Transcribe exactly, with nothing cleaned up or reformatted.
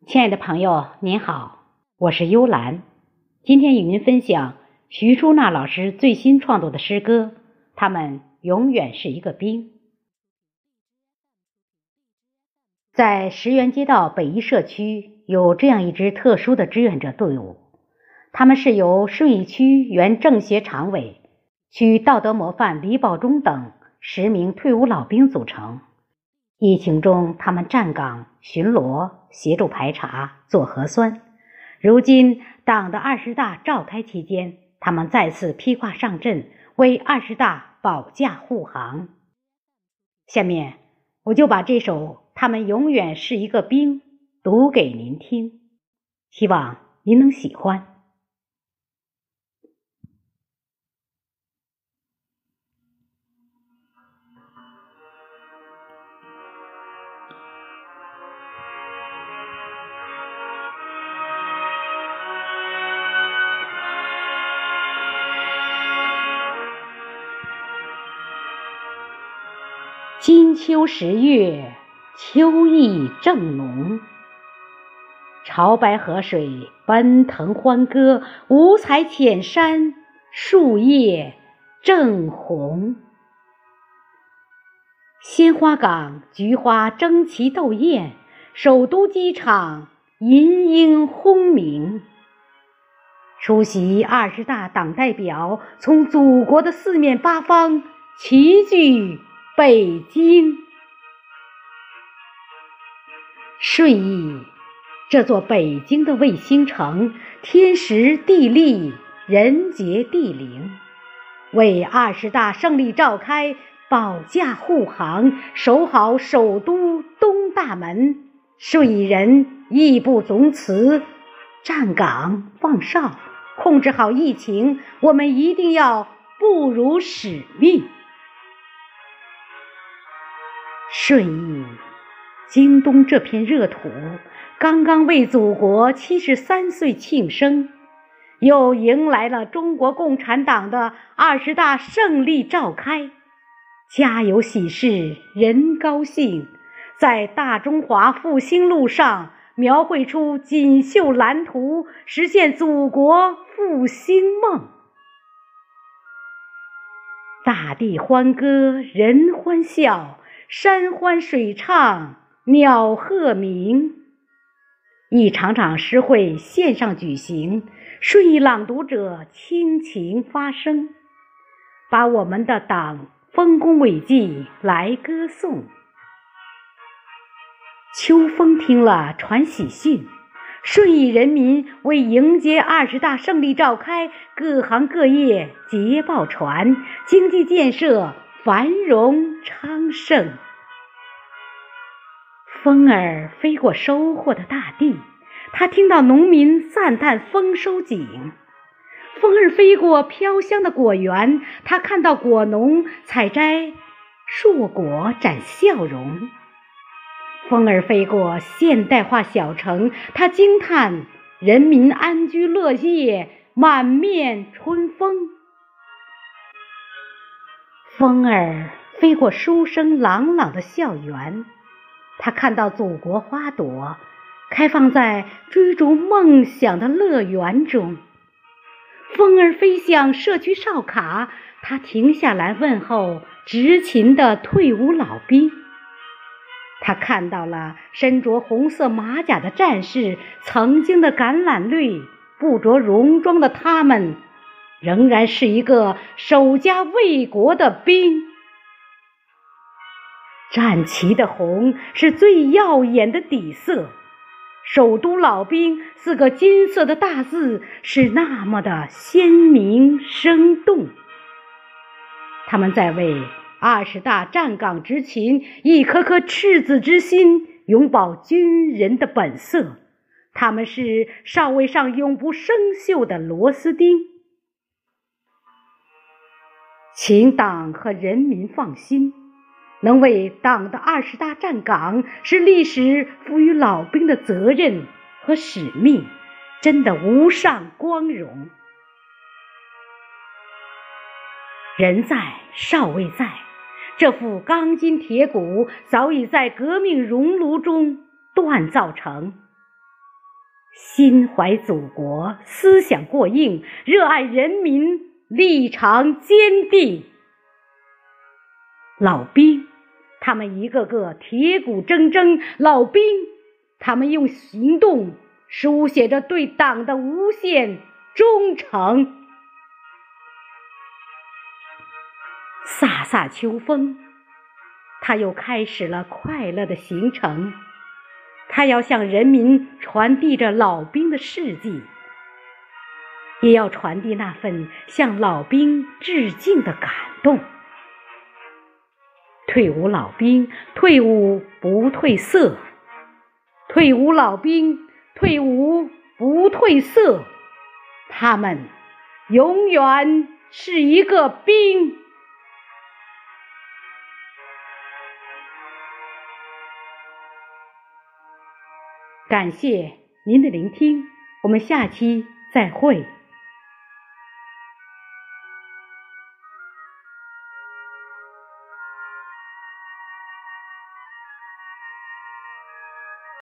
亲爱的朋友，您好，我是幽兰。今天与您分享徐淑娜老师最新创作的诗歌《他们永远是一个兵》。在石园街道北一社区有这样一支特殊的志愿者队伍，他们是由顺义区原政协常委、区道德模范李保忠等十名退伍老兵组成。疫情中，他们站岗、巡逻、协助排查、做核酸。如今，党的二十大召开期间，他们再次披挂上阵，为二十大保驾护航。下面，我就把这首《他们永远是一个兵》读给您听，希望您能喜欢。金秋十月，秋意正浓，潮白河水奔腾欢歌，五彩浅山树叶正红。鲜花岗菊花争奇斗艳，首都机场银鹰轰鸣。出席二十大党代表从祖国的四面八方齐聚北京。顺义，这座北京的卫星城，天时地利人杰地灵，为二十大胜利召开保驾护航，守好首都东大门。顺义人义不容辞，站岗放哨，控制好疫情，我们一定要不辱使命。顺义，京东这片热土，刚刚为祖国七十三岁庆生，又迎来了中国共产党的二十大胜利召开。家有喜事人高兴，在大中华复兴路上描绘出锦绣蓝图，实现祖国复兴梦。大地欢歌人欢笑，山欢水唱鸟鹤鸣。一场场诗会线上举行，顺义朗读者倾情发声，把我们的党丰功伟绩来歌颂。秋风听了传喜讯，顺义人民为迎接二十大胜利召开，各行各业捷报传，经济建设繁荣昌盛。风儿飞过收获的大地，他听到农民赞叹丰收景；风儿飞过飘香的果园，他看到果农采摘硕果展笑容；风儿飞过现代化小城，他惊叹人民安居乐业，满面春风。风儿飞过书声朗朗的校园，他看到祖国花朵开放在追逐梦想的乐园中。风儿飞向社区哨卡，他停下来问候执勤的退伍老兵。他看到了身着红色马甲的战士，曾经的橄榄绿，不着戎装的他们，仍然是一个守家卫国的兵。战旗的红是最耀眼的底色，首都老兵四个金色的大字是那么的鲜明生动。他们在为二十大站岗执勤，一颗颗赤子之心，永葆军人的本色。他们是哨位上永不生锈的螺丝钉。请党和人民放心，能为党的二十大站岗，是历史赋予老兵的责任和使命，真的无上光荣。人在哨位在，这副钢筋铁骨早已在革命熔炉中锻造成。 心怀祖国，思想过硬，热爱人民，立场坚定。老兵，他们一个个铁骨铮铮，老兵，他们用行动书写着对党的无限忠诚。飒飒秋风，它又开始了快乐的行程。它要向人民传递着老兵的事迹，也要传递那份向老兵致敬的感动。退伍老兵，退伍不褪色；退伍老兵，退伍不褪色。他们永远是一个兵。感谢您的聆听，我们下期再会。